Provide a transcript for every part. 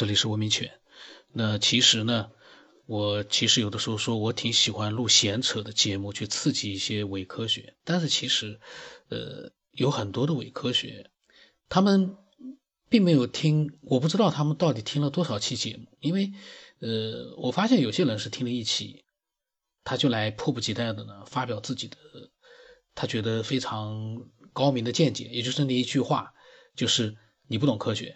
这里是文明犬。那其实呢，我有的时候说我挺喜欢录闲扯的节目，去刺激一些伪科学。但是其实，有很多的伪科学，他们并没有听，我不知道他们到底听了多少期节目。因为，我发现有些人是听了一期，他就来迫不及待的呢发表自己的，他觉得非常高明的见解，也就是那一句话，就是你不懂科学。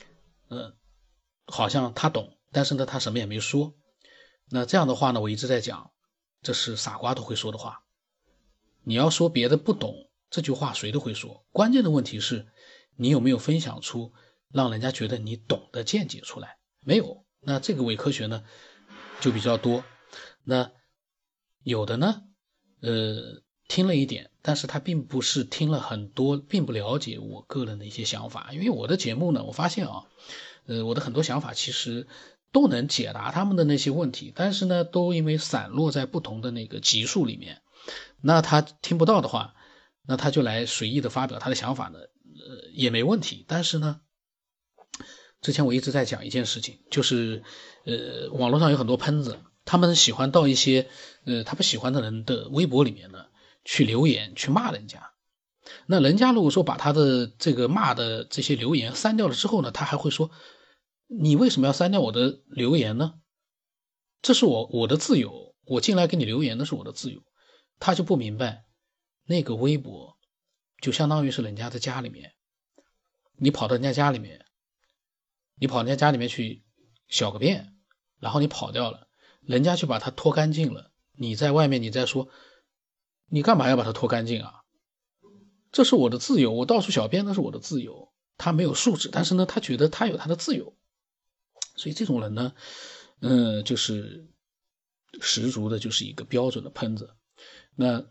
好像他懂，但是呢，他什么也没说。那这样的话呢，我一直在讲，这是傻瓜都会说的话。你要说别的不懂，这句话谁都会说。关键的问题是，你有没有分享出让人家觉得你懂的见解出来？没有。那这个伪科学呢，就比较多。那有的呢，听了一点，但是他并不是听了很多，并不了解我个人的一些想法。因为我的节目呢，我发现啊，我的很多想法其实都能解答他们的那些问题，但是呢，都因为散落在不同的那个集数里面，那他听不到的话，那他就来随意的发表他的想法呢，也没问题。但是呢，之前我一直在讲一件事情，就是网络上有很多喷子，他们喜欢到一些他不喜欢的人的微博里面呢去留言，去骂人家。那人家如果说把他的这个骂的这些留言删掉了之后呢，他还会说，你为什么要删掉我的留言呢？这是我的自由，我进来给你留言那是我的自由。他就不明白，那个微博就相当于是人家的家里面，你跑到人家家里面，你跑人家家里面去小个便，然后你跑掉了，人家就把它拖干净了，你在外面你再说，你干嘛要把它拖干净啊？这是我的自由，我到处小便那是我的自由。他没有素质，但是呢，他觉得他有他的自由。所以这种人呢，就是十足的就是一个标准的喷子。那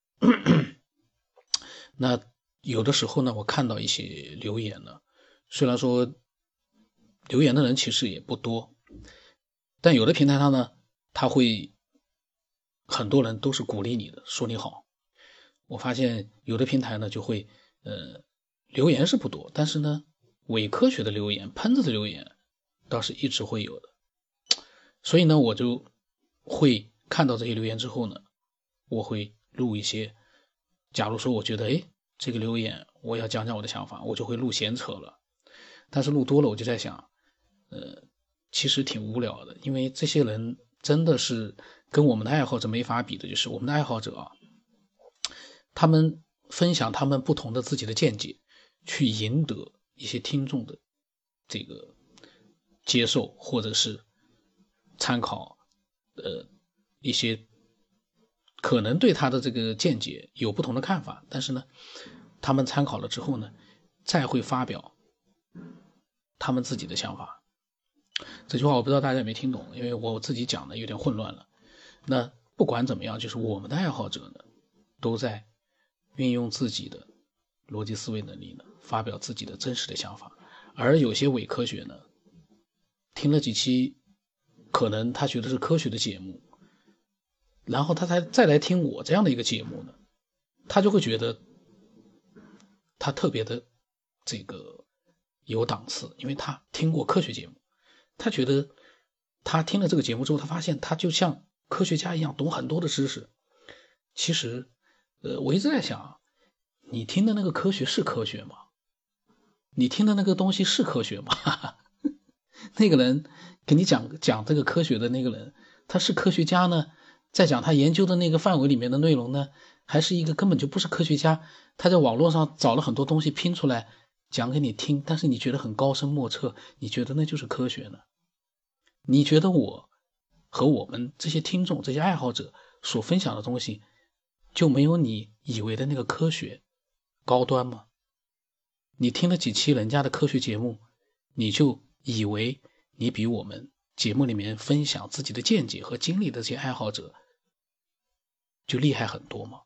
那有的时候呢，我看到一些留言呢，虽然说留言的人其实也不多，但有的平台上呢，他会很多人都是鼓励你的，说你好。我发现有的平台呢就会留言是不多，但是呢伪科学的留言，喷子的留言倒是一直会有的。所以呢我就会看到这些留言之后呢，我会录一些，假如说我觉得这个留言我要讲讲我的想法，我就会录闲扯了。但是录多了我就在想，其实挺无聊的。因为这些人真的是跟我们的爱好者没法比的，就是我们的爱好者啊，他们分享他们不同的自己的见解，去赢得一些听众的这个接受，或者是参考一些可能对他的这个见解有不同的看法，但是呢他们参考了之后呢，再会发表他们自己的想法。这句话我不知道大家有没有听懂，因为我自己讲的有点混乱了。那不管怎么样，就是我们的爱好者呢，都在运用自己的逻辑思维能力呢，发表自己的真实的想法。而有些伪科学呢，听了几期可能他觉得是科学的节目，然后他再来听我这样的一个节目呢，他就会觉得他特别的这个有档次。因为他听过科学节目，他觉得他听了这个节目之后，他发现他就像科学家一样懂很多的知识。其实我一直在想，你听的那个科学是科学吗？你听的那个东西是科学吗？那个人给你讲这个科学的那个人，他是科学家呢，在讲他研究的那个范围里面的内容呢，还是一个根本就不是科学家，他在网络上找了很多东西拼出来讲给你听，但是你觉得很高深莫测，你觉得那就是科学呢？你觉得我和我们这些听众这些爱好者所分享的东西就没有你以为的那个科学高端吗？你听了几期人家的科学节目，你就以为你比我们节目里面分享自己的见解和经历的这些爱好者就厉害很多吗？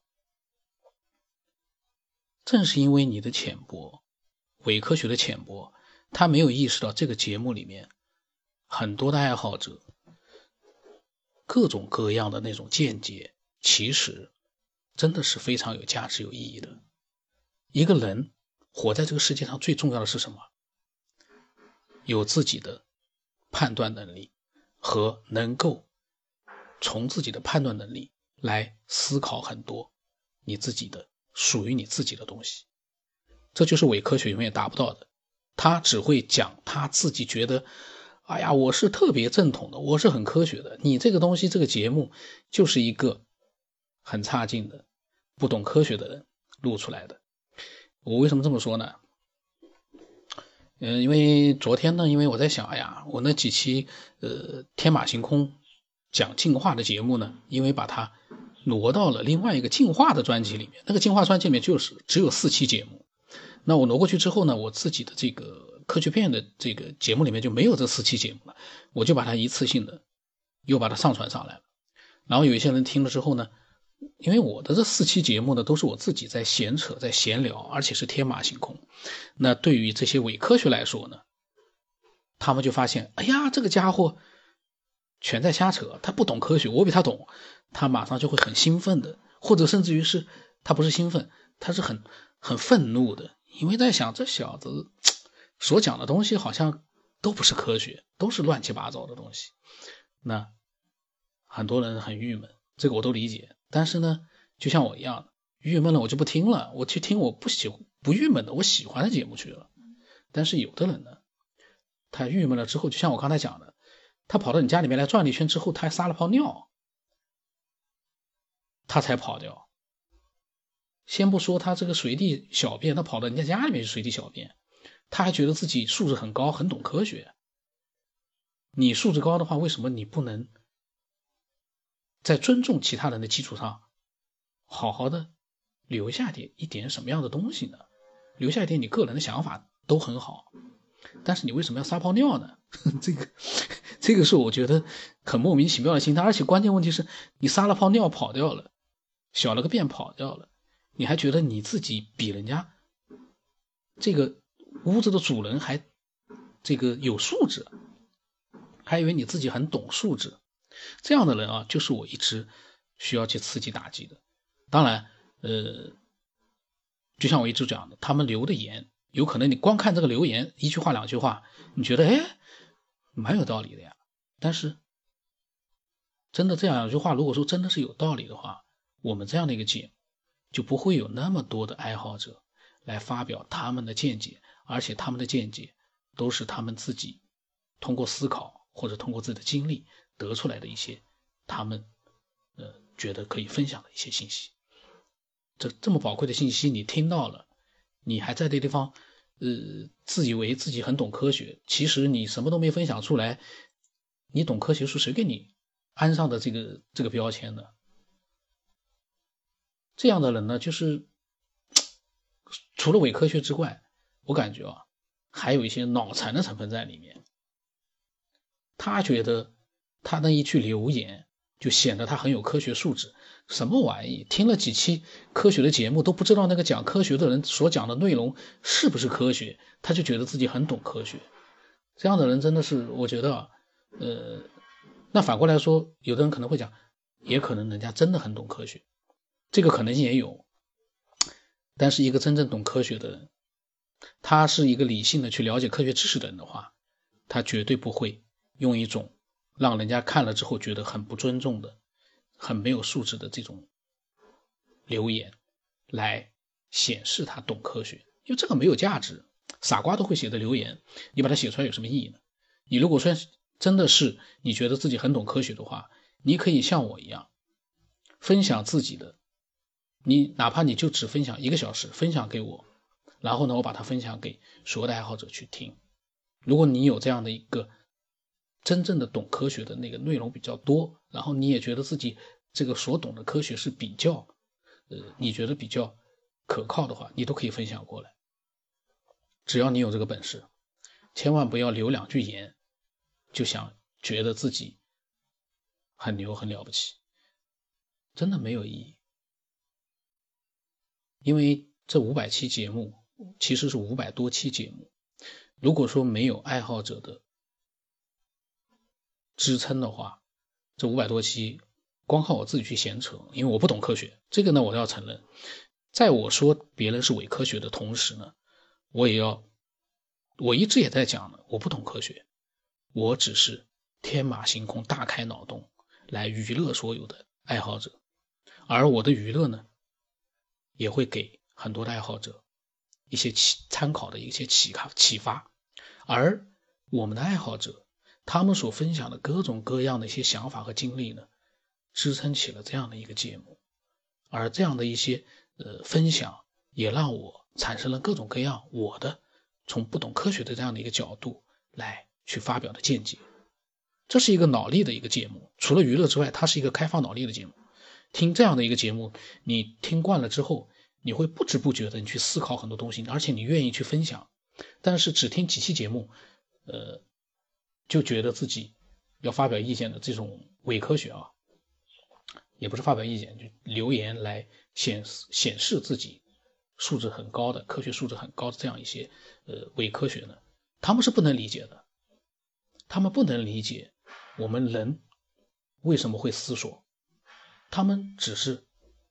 正是因为你的浅薄，伪科学的浅薄，他没有意识到这个节目里面很多的爱好者各种各样的那种见解，其实真的是非常有价值有意义的。一个人活在这个世界上最重要的是什么？有自己的判断能力和能够从自己的判断能力来思考很多你自己的属于你自己的东西。这就是伪科学永远达不到的，他只会讲他自己觉得哎呀我是特别正统的，我是很科学的，你这个东西这个节目就是一个很差劲的不懂科学的人录出来的。我为什么这么说呢？因为昨天呢，因为我在想，哎呀，我那几期天马行空讲进化的节目呢，因为把它挪到了另外一个进化的专辑里面，那个进化专辑里面只有4期节目。那我挪过去之后呢，我自己的这个科学片的这个节目里面就没有这4期节目了，我就把它一次性的又把它上传上来了。然后有一些人听了之后呢，因为我的这4期节目呢都是我自己在闲扯在闲聊，而且是天马行空，那对于这些伪科学来说呢，他们就发现哎呀这个家伙全在瞎扯，他不懂科学，我比他懂，他马上就会很兴奋的，或者甚至于是他不是兴奋，他是很愤怒的，因为在想这小子所讲的东西好像都不是科学，都是乱七八糟的东西。那很多人很郁闷，这个我都理解，但是呢就像我一样，郁闷了我就不听了，我去听我不郁闷的我喜欢的节目去了。但是有的人呢，他郁闷了之后，就像我刚才讲的，他跑到你家里面来转了一圈之后，他还撒了泡尿，他才跑掉。先不说他这个随地小便，他跑到人家家里面去随地小便，他还觉得自己素质很高，很懂科学。你素质高的话，为什么你不能在尊重其他人的基础上好好的留下一点什么样的东西呢？留下一点你个人的想法都很好，但是你为什么要撒泡尿呢？这个是我觉得很莫名其妙的心态。而且关键问题是，你撒了泡尿跑掉了，小了个便跑掉了，你还觉得你自己比人家这个屋子的主人还这个有素质，还以为你自己很懂素质。这样的人啊，就是我一直需要去刺激打击的。当然就像我一直讲的，他们留的言有可能你光看这个留言一句话两句话，你觉得蛮有道理的呀，但是真的这样两句话如果说真的是有道理的话，我们这样的一个节目就不会有那么多的爱好者来发表他们的见解，而且他们的见解都是他们自己通过思考或者通过自己的经历得出来的一些他们觉得可以分享的一些信息。这么宝贵的信息你听到了，你还在这地方自以为自己很懂科学，其实你什么都没分享出来，你懂科学是谁给你安上的这个标签呢？这样的人呢，就是除了伪科学之外，我感觉还有一些脑残的成分在里面。他觉得他那一句留言就显得他很有科学素质，什么玩意？听了几期科学的节目都不知道那个讲科学的人所讲的内容是不是科学，他就觉得自己很懂科学。这样的人真的是，我觉得那反过来说，有的人可能会讲，也可能人家真的很懂科学，这个可能性也有。但是一个真正懂科学的人，他是一个理性的去了解科学知识的人的话，他绝对不会用一种让人家看了之后觉得很不尊重的、很没有素质的这种留言来显示他懂科学，因为这个没有价值。傻瓜都会写的留言，你把它写出来有什么意义呢？你如果说真的是你觉得自己很懂科学的话，你可以像我一样分享自己的，你哪怕你就只分享1个小时，分享给我，然后呢我把它分享给所有的爱好者去听。如果你有这样的一个真正的懂科学的那个内容比较多，然后你也觉得自己这个所懂的科学是比较你觉得比较可靠的话，你都可以分享过来。只要你有这个本事，千万不要留2句言就想觉得自己很牛很了不起，真的没有意义。因为这500期节目其实是500多期节目，如果说没有爱好者的支撑的话，这500多期光靠我自己去闲扯，因为我不懂科学，这个呢我要承认。在我说别人是伪科学的同时呢，我一直也在讲呢，我不懂科学， 我只是天马行空、大开脑洞来娱乐所有的爱好者，而我的娱乐呢，也会给很多的爱好者一些参考的一些启发，而我们的爱好者他们所分享的各种各样的一些想法和经历呢，支撑起了这样的一个节目，而这样的一些分享也让我产生了各种各样我的从不懂科学的这样的一个角度来去发表的见解。这是一个脑力的一个节目，除了娱乐之外，它是一个开发脑力的节目。听这样的一个节目，你听惯了之后，你会不知不觉的你去思考很多东西，而且你愿意去分享。但是只听几期节目，就觉得自己要发表意见的这种伪科学啊，也不是发表意见，就留言来显示自己素质很高的科学素质很高的这样一些伪科学呢，他们是不能理解的。他们不能理解我们人为什么会思索，他们只是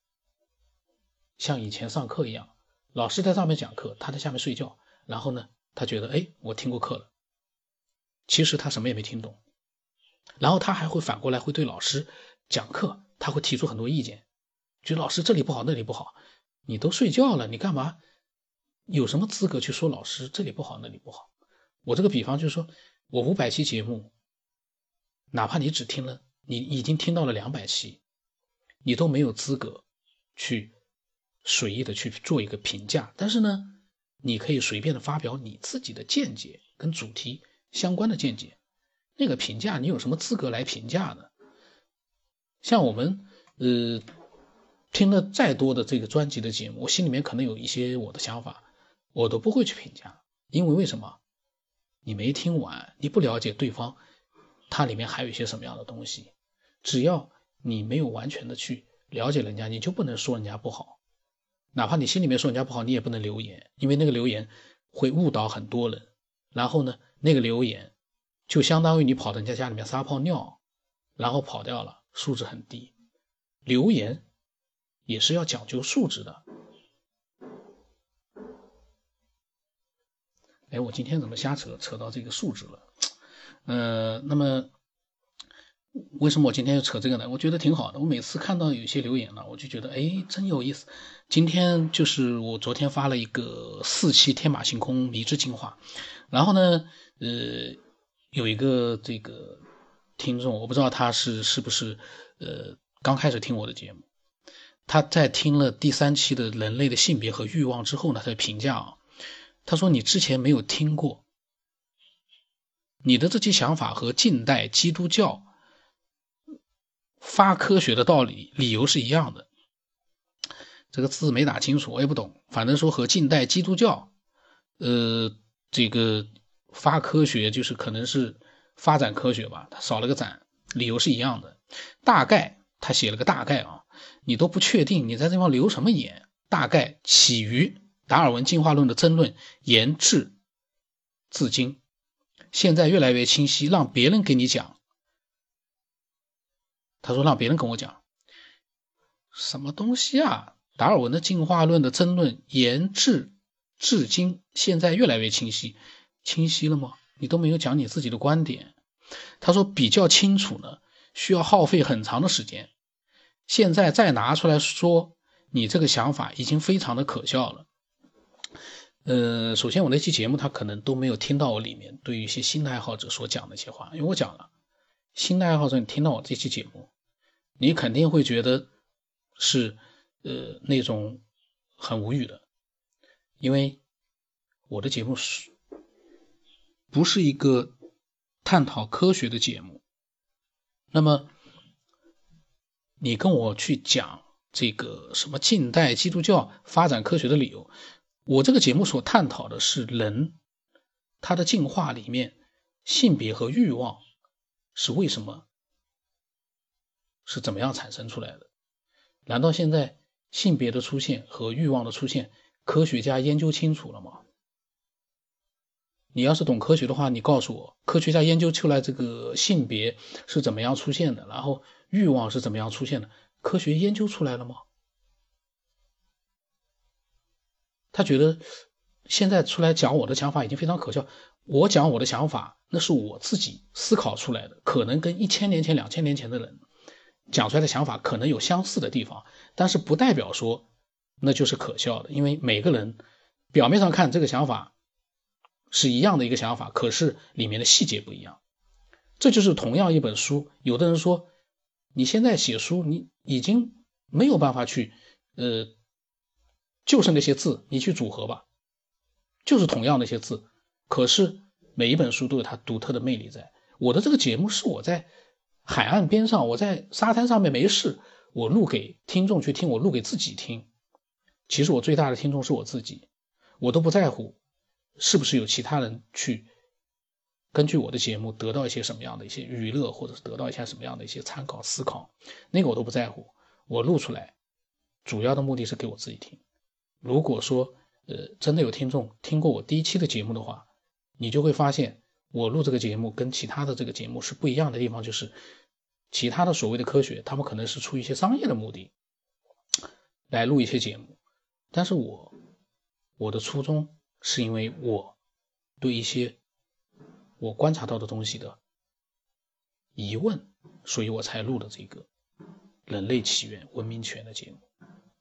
像以前上课一样，老师在上面讲课，他在下面睡觉，然后呢，他觉得我听过课了，其实他什么也没听懂，然后他还会反过来会对老师讲课，他会提出很多意见，觉得老师这里不好那里不好，你都睡觉了，你干嘛有什么资格去说老师这里不好那里不好？我这个比方就是说，我500期节目，哪怕你只听了，你已经听到了200期，你都没有资格去随意的去做一个评价。但是呢，你可以随便的发表你自己的见解，跟主题相关的见解。那个评价，你有什么资格来评价呢？像我们听了再多的这个专辑的节目，我心里面可能有一些我的想法，我都不会去评价，因为什么？你没听完，你不了解对方它里面还有一些什么样的东西，只要你没有完全的去了解人家，你就不能说人家不好。哪怕你心里面说人家不好，你也不能留言，因为那个留言会误导很多人，然后呢，那个留言就相当于你跑到人家家里面撒泡尿，然后跑掉了，素质很低。留言也是要讲究素质的。我今天怎么瞎扯到这个素质了？那么为什么我今天要扯这个呢？我觉得挺好的。我每次看到有些留言呢，我就觉得真有意思。今天就是我昨天发了一个4期天马行空迷之进化，然后呢，有一个这个听众，我不知道他是不是刚开始听我的节目，他在听了第3期的人类的性别和欲望之后呢，他的评价啊。他说你之前没有听过，你的这些想法和近代基督教发科学的理由是一样的。这个字没打清楚，我也不懂，反正说和近代基督教这个发科学就是可能是发展科学吧，他少了个展，理由是一样的。大概他写了个大概啊，你都不确定你在这地方留什么言。大概起于达尔文进化论的争论延至至今，现在越来越清晰，让别人给你讲。他说让别人跟我讲什么东西啊？达尔文的进化论的争论延至至今，现在越来越清晰。清晰了吗？你都没有讲你自己的观点。他说比较清楚呢，需要耗费很长的时间，现在再拿出来说你这个想法已经非常的可笑了。首先我那期节目他可能都没有听到我里面对于一些新的爱好者所讲的一些话，因为我讲了，新的爱好者你听到我这期节目，你肯定会觉得是那种很无语的，因为我的节目不是一个探讨科学的节目。那么你跟我去讲这个什么近代基督教发展科学的理由，我这个节目所探讨的是人他的进化里面性别和欲望是为什么是怎么样产生出来的。难道现在性别的出现和欲望的出现科学家研究清楚了吗？你要是懂科学的话，你告诉我科学家研究出来这个性别是怎么样出现的，然后欲望是怎么样出现的，科学研究出来了吗？他觉得现在出来讲我的想法已经非常可笑。我讲我的想法，那是我自己思考出来的，可能跟1000年前、2000年前的人讲出来的想法可能有相似的地方，但是不代表说那就是可笑的，因为每个人表面上看这个想法是一样的一个想法，可是里面的细节不一样。这就是同样一本书，有的人说你现在写书，你已经没有办法去就是那些字你去组合吧，就是同样那些字，可是每一本书都有它独特的魅力在。我的这个节目是我在海岸边上，我在沙滩上面没事，我录给听众去听，我录给自己听。其实我最大的听众是我自己，我都不在乎是不是有其他人去根据我的节目得到一些什么样的一些娱乐，或者是得到一些什么样的一些参考思考，那个我都不在乎。我录出来主要的目的是给我自己听。如果说真的有听众听过我第1期的节目的话，你就会发现我录这个节目跟其他的这个节目是不一样的地方，就是其他的所谓的科学，他们可能是出于一些商业的目的来录一些节目，但是我的初衷是因为我对一些我观察到的东西的疑问，所以我才录的这个人类起源文明起源的节目。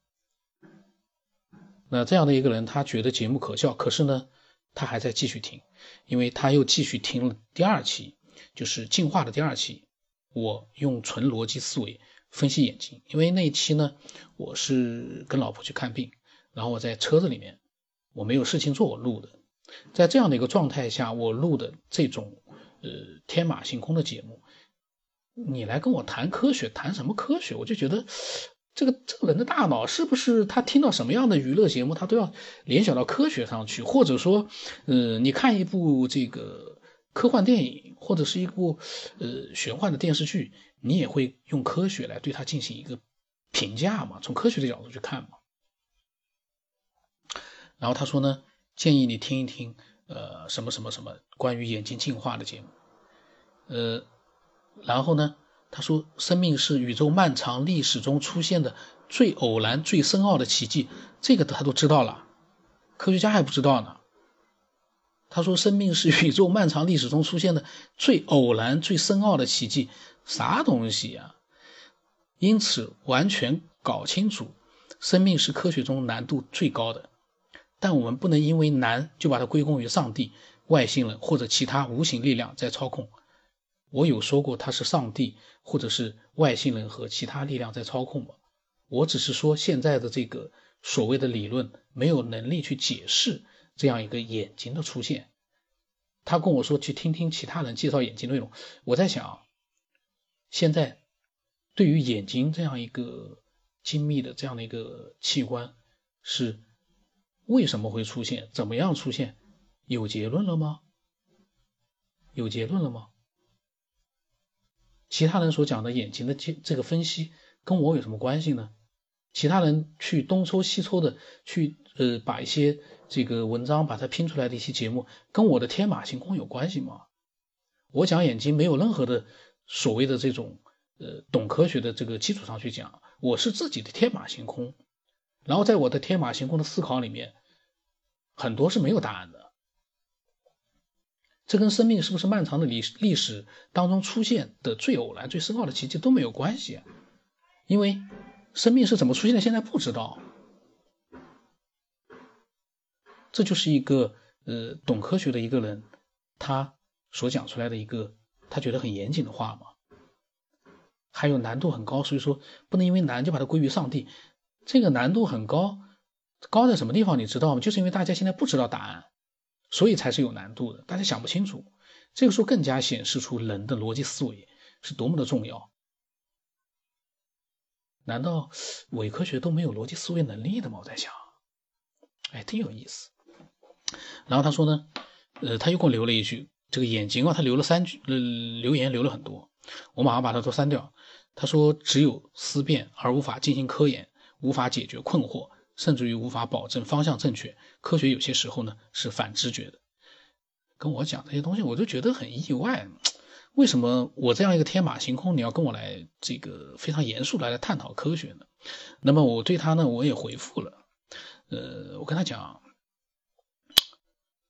那这样的一个人，他觉得节目可笑，可是呢他还在继续听，因为他又继续听了第2期，就是进化的第2期，我用纯逻辑思维分析眼睛。因为那一期呢我是跟老婆去看病，然后我在车子里面，我没有事情做，我录的。在这样的一个状态下，我录的这种天马行空的节目，你来跟我谈科学，谈什么科学？我就觉得这个人的大脑是不是他听到什么样的娱乐节目他都要联想到科学上去，或者说你看一部这个科幻电影，或者是一部玄幻的电视剧，你也会用科学来对它进行一个评价嘛，从科学的角度去看嘛。然后他说呢，建议你听一听什么什么什么关于眼睛进化的节目。然后呢他说生命是宇宙漫长历史中出现的最偶然最深奥的奇迹，这个他都知道了，科学家还不知道呢。他说生命是宇宙漫长历史中出现的最偶然最深奥的奇迹，啥东西呀？因此完全搞清楚生命是科学中难度最高的，但我们不能因为难就把它归功于上帝、外星人或者其他无形力量在操控。我有说过它是上帝或者是外星人和其他力量在操控吗？我只是说现在的这个所谓的理论没有能力去解释这样一个眼睛的出现。他跟我说去听听其他人介绍眼睛内容，我在想现在对于眼睛这样一个精密的这样的一个器官是为什么会出现，怎么样出现，有结论了吗？有结论了吗？其他人所讲的眼睛的这个分析跟我有什么关系呢？其他人去东抽西抽的去把一些这个文章把它拼出来的一些节目跟我的天马行空有关系吗？我讲眼睛没有任何的所谓的这种懂科学的这个基础上去讲，我是自己的天马行空，然后在我的天马行空的思考里面很多是没有答案的。这跟生命是不是漫长的历史当中出现的最偶然最深奥的奇迹都没有关系，因为生命是怎么出现的现在不知道。这就是一个懂科学的一个人他所讲出来的一个他觉得很严谨的话嘛。还有难度很高，所以说不能因为难就把它归于上帝。这个难度很高，高在什么地方你知道吗？就是因为大家现在不知道答案，所以才是有难度的，大家想不清楚。这个时候更加显示出人的逻辑思维是多么的重要。难道伪科学都没有逻辑思维能力的吗？我在想，挺有意思。然后他说呢，他又给我留了一句，这个眼睛他留了3句，留言留了很多，我马上把它都删掉。他说只有思辨而无法进行科研，无法解决困惑，甚至于无法保证方向正确，科学有些时候呢是反直觉的。跟我讲这些东西我就觉得很意外，为什么我这样一个天马行空你要跟我来这个非常严肃来探讨科学呢？那么我对他呢我也回复了，我跟他讲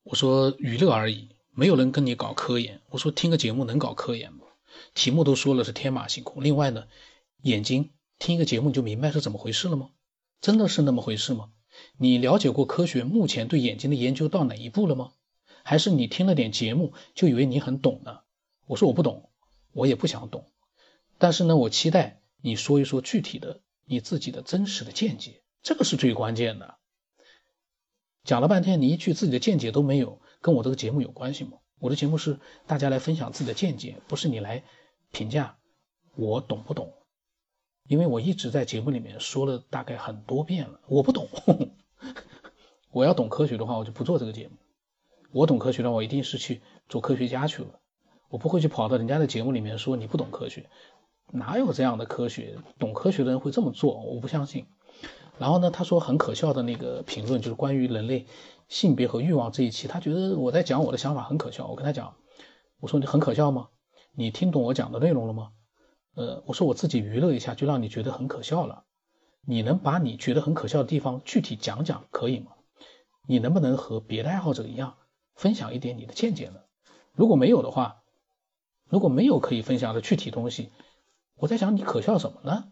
我说娱乐而已，没有人跟你搞科研。我说听个节目能搞科研吗？题目都说了是天马行空。另外呢，眼睛听一个节目就明白是怎么回事了吗？真的是那么回事吗？你了解过科学目前对眼睛的研究到哪一步了吗？还是你听了点节目就以为你很懂呢？我说我不懂，我也不想懂。但是呢，我期待你说一说具体的你自己的真实的见解，这个是最关键的。讲了半天，你一句自己的见解都没有，跟我这个节目有关系吗？我的节目是大家来分享自己的见解，不是你来评价我懂不懂。因为我一直在节目里面说了大概很多遍了，我不懂。我要懂科学的话，我就不做这个节目。我懂科学的话，我一定是去做科学家去了，我不会去跑到人家的节目里面说你不懂科学。哪有这样的科学？懂科学的人会这么做？我不相信。然后呢，他说很可笑的那个评论，就是关于人类性别和欲望这一期，他觉得我在讲我的想法很可笑。我跟他讲，我说你很可笑吗？你听懂我讲的内容了吗？我说我自己娱乐一下就让你觉得很可笑了，你能把你觉得很可笑的地方具体讲讲可以吗？你能不能和别的爱好者一样分享一点你的见解呢？如果没有的话，如果没有可以分享的具体东西，我在想你可笑什么呢？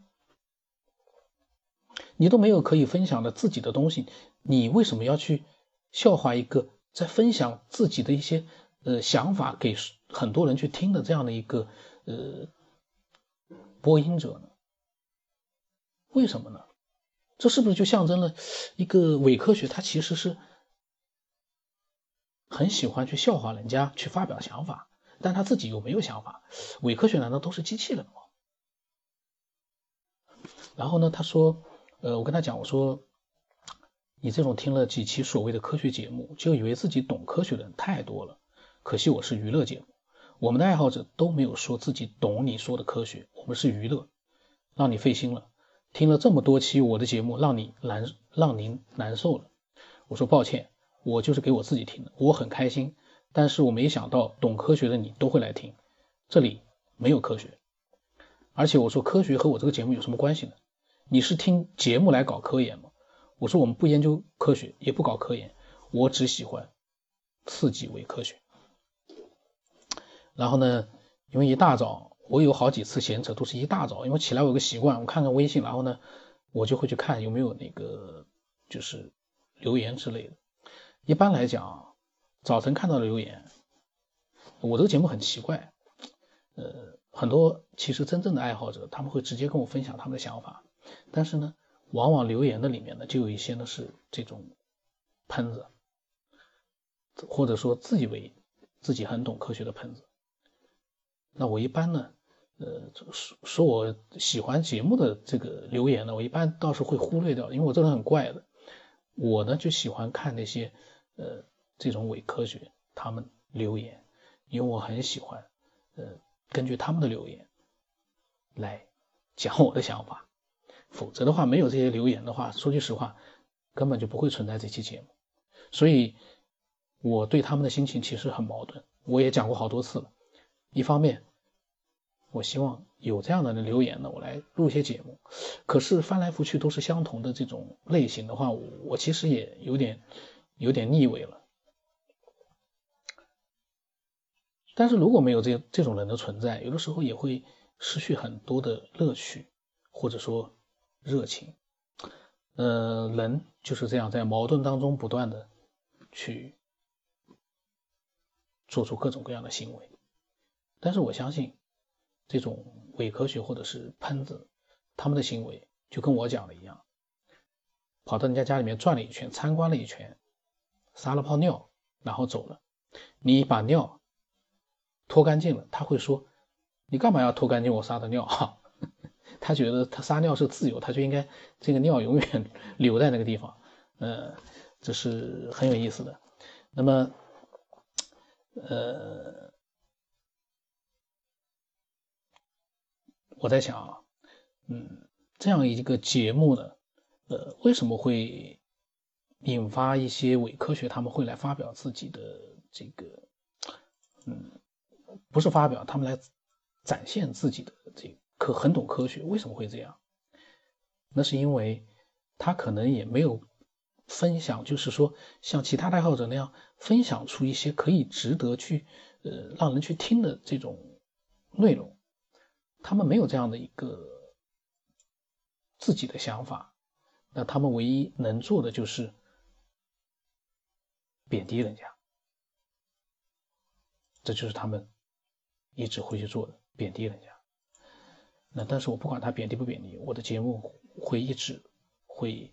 你都没有可以分享的自己的东西，你为什么要去笑话一个在分享自己的一些想法给很多人去听的这样的一个播音者呢？为什么呢？这是不是就象征了一个伪科学，它其实是很喜欢去笑话人家去发表想法，但他自己又没有想法？伪科学难道都是机器人吗？然后呢，他说我跟他讲，我说你这种听了几期所谓的科学节目就以为自己懂科学的人太多了，可惜我是娱乐节目，我们的爱好者都没有说自己懂你说的科学，我们是娱乐，让你费心了，听了这么多期我的节目让您难受了。我说抱歉，我就是给我自己听的，我很开心，但是我没想到懂科学的你都会来听，这里没有科学。而且我说科学和我这个节目有什么关系呢？你是听节目来搞科研吗？我说我们不研究科学，也不搞科研，我只喜欢刺激伪科学。然后呢，因为一大早我有好几次闲扯都是一大早，因为起来我有个习惯，我看看微信，然后呢我就会去看有没有那个就是留言之类的。一般来讲早晨看到的留言，我这个节目很奇怪，很多其实真正的爱好者他们会直接跟我分享他们的想法，但是呢往往留言的里面呢就有一些呢是这种喷子，或者说自以为自己很懂科学的喷子。那我一般呢说我喜欢节目的这个留言呢，我一般倒是会忽略掉，因为我这人很怪的。我呢就喜欢看那些这种伪科学他们留言，因为我很喜欢根据他们的留言来讲我的想法。否则的话，没有这些留言的话，说句实话根本就不会存在这期节目。所以我对他们的心情其实很矛盾，我也讲过好多次了。一方面我希望有这样的人留言呢，我来录一些节目，可是翻来覆去都是相同的这种类型的话，我其实也有点腻味了。但是如果没有这种人的存在，有的时候也会失去很多的乐趣，或者说热情。人就是这样在矛盾当中不断的去做出各种各样的行为。但是我相信这种伪科学或者是喷子，他们的行为就跟我讲的一样，跑到人家家里面转了一圈，参观了一圈，撒了泡尿，然后走了。你把尿拖干净了，他会说你干嘛要拖干净我撒的尿？他觉得他撒尿是自由，他就应该这个尿永远留在那个地方。这是很有意思的。那么我在想啊，这样一个节目呢，为什么会引发一些伪科学他们会来发表自己的这个不是发表，他们来展现自己的这个很懂科学。为什么会这样？那是因为他可能也没有分享，就是说像其他的爱好者那样分享出一些可以值得去让人去听的这种内容，他们没有这样的一个自己的想法，那他们唯一能做的就是贬低人家，这就是他们一直会去做的，贬低人家。那但是我不管他贬低不贬低，我的节目会一直会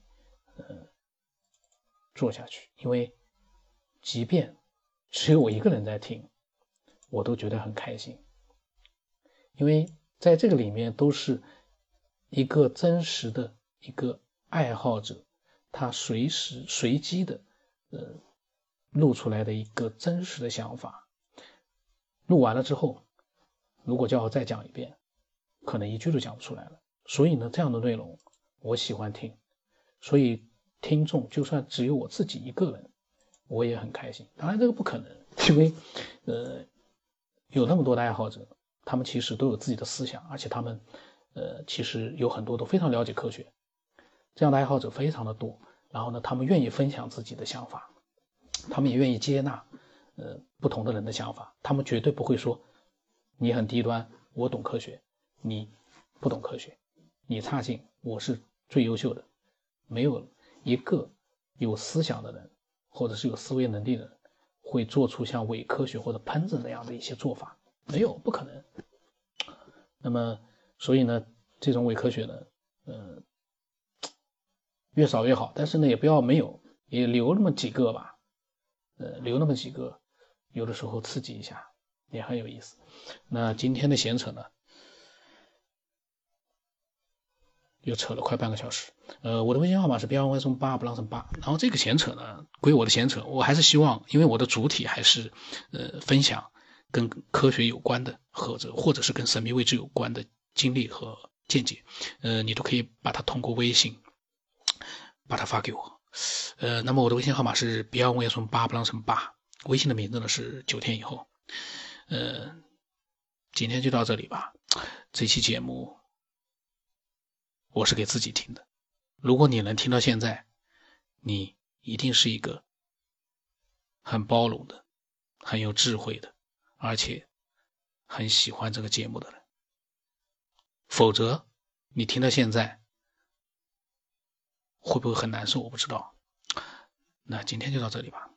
做下去，因为即便只有我一个人在听，我都觉得很开心，因为在这个里面都是一个真实的一个爱好者，他随机的录出来的一个真实的想法，录完了之后，如果叫我再讲一遍，可能一句都讲不出来了。所以呢，这样的内容我喜欢听，所以听众就算只有我自己一个人，我也很开心。当然这个不可能，因为有那么多的爱好者，他们其实都有自己的思想，而且他们其实有很多都非常了解科学，这样的爱好者非常的多。然后呢，他们愿意分享自己的想法，他们也愿意接纳不同的人的想法，他们绝对不会说你很低端，我懂科学，你不懂科学，你差劲，我是最优秀的。没有一个有思想的人或者是有思维能力的人会做出像伪科学或者喷子那样的一些做法，没有，不可能。那么所以呢，这种伪科学呢越少越好，但是呢也不要没有，也留那么几个吧，留那么几个，有的时候刺激一下也很有意思。那今天的闲扯呢又扯了快半个小时。我的微信号码是标18不让8，然后这个闲扯呢归我的闲扯，我还是希望，因为我的主体还是分享跟科学有关的，或者是跟神秘未知有关的经历和见解，你都可以把它通过微信把它发给我。那么我的微信号码是标18不让8，微信的名字呢是9天以后。今天就到这里吧。这期节目我是给自己听的，如果你能听到现在，你一定是一个很包容的，很有智慧的，而且很喜欢这个节目的人。否则你听到现在会不会很难受，我不知道。那今天就到这里吧。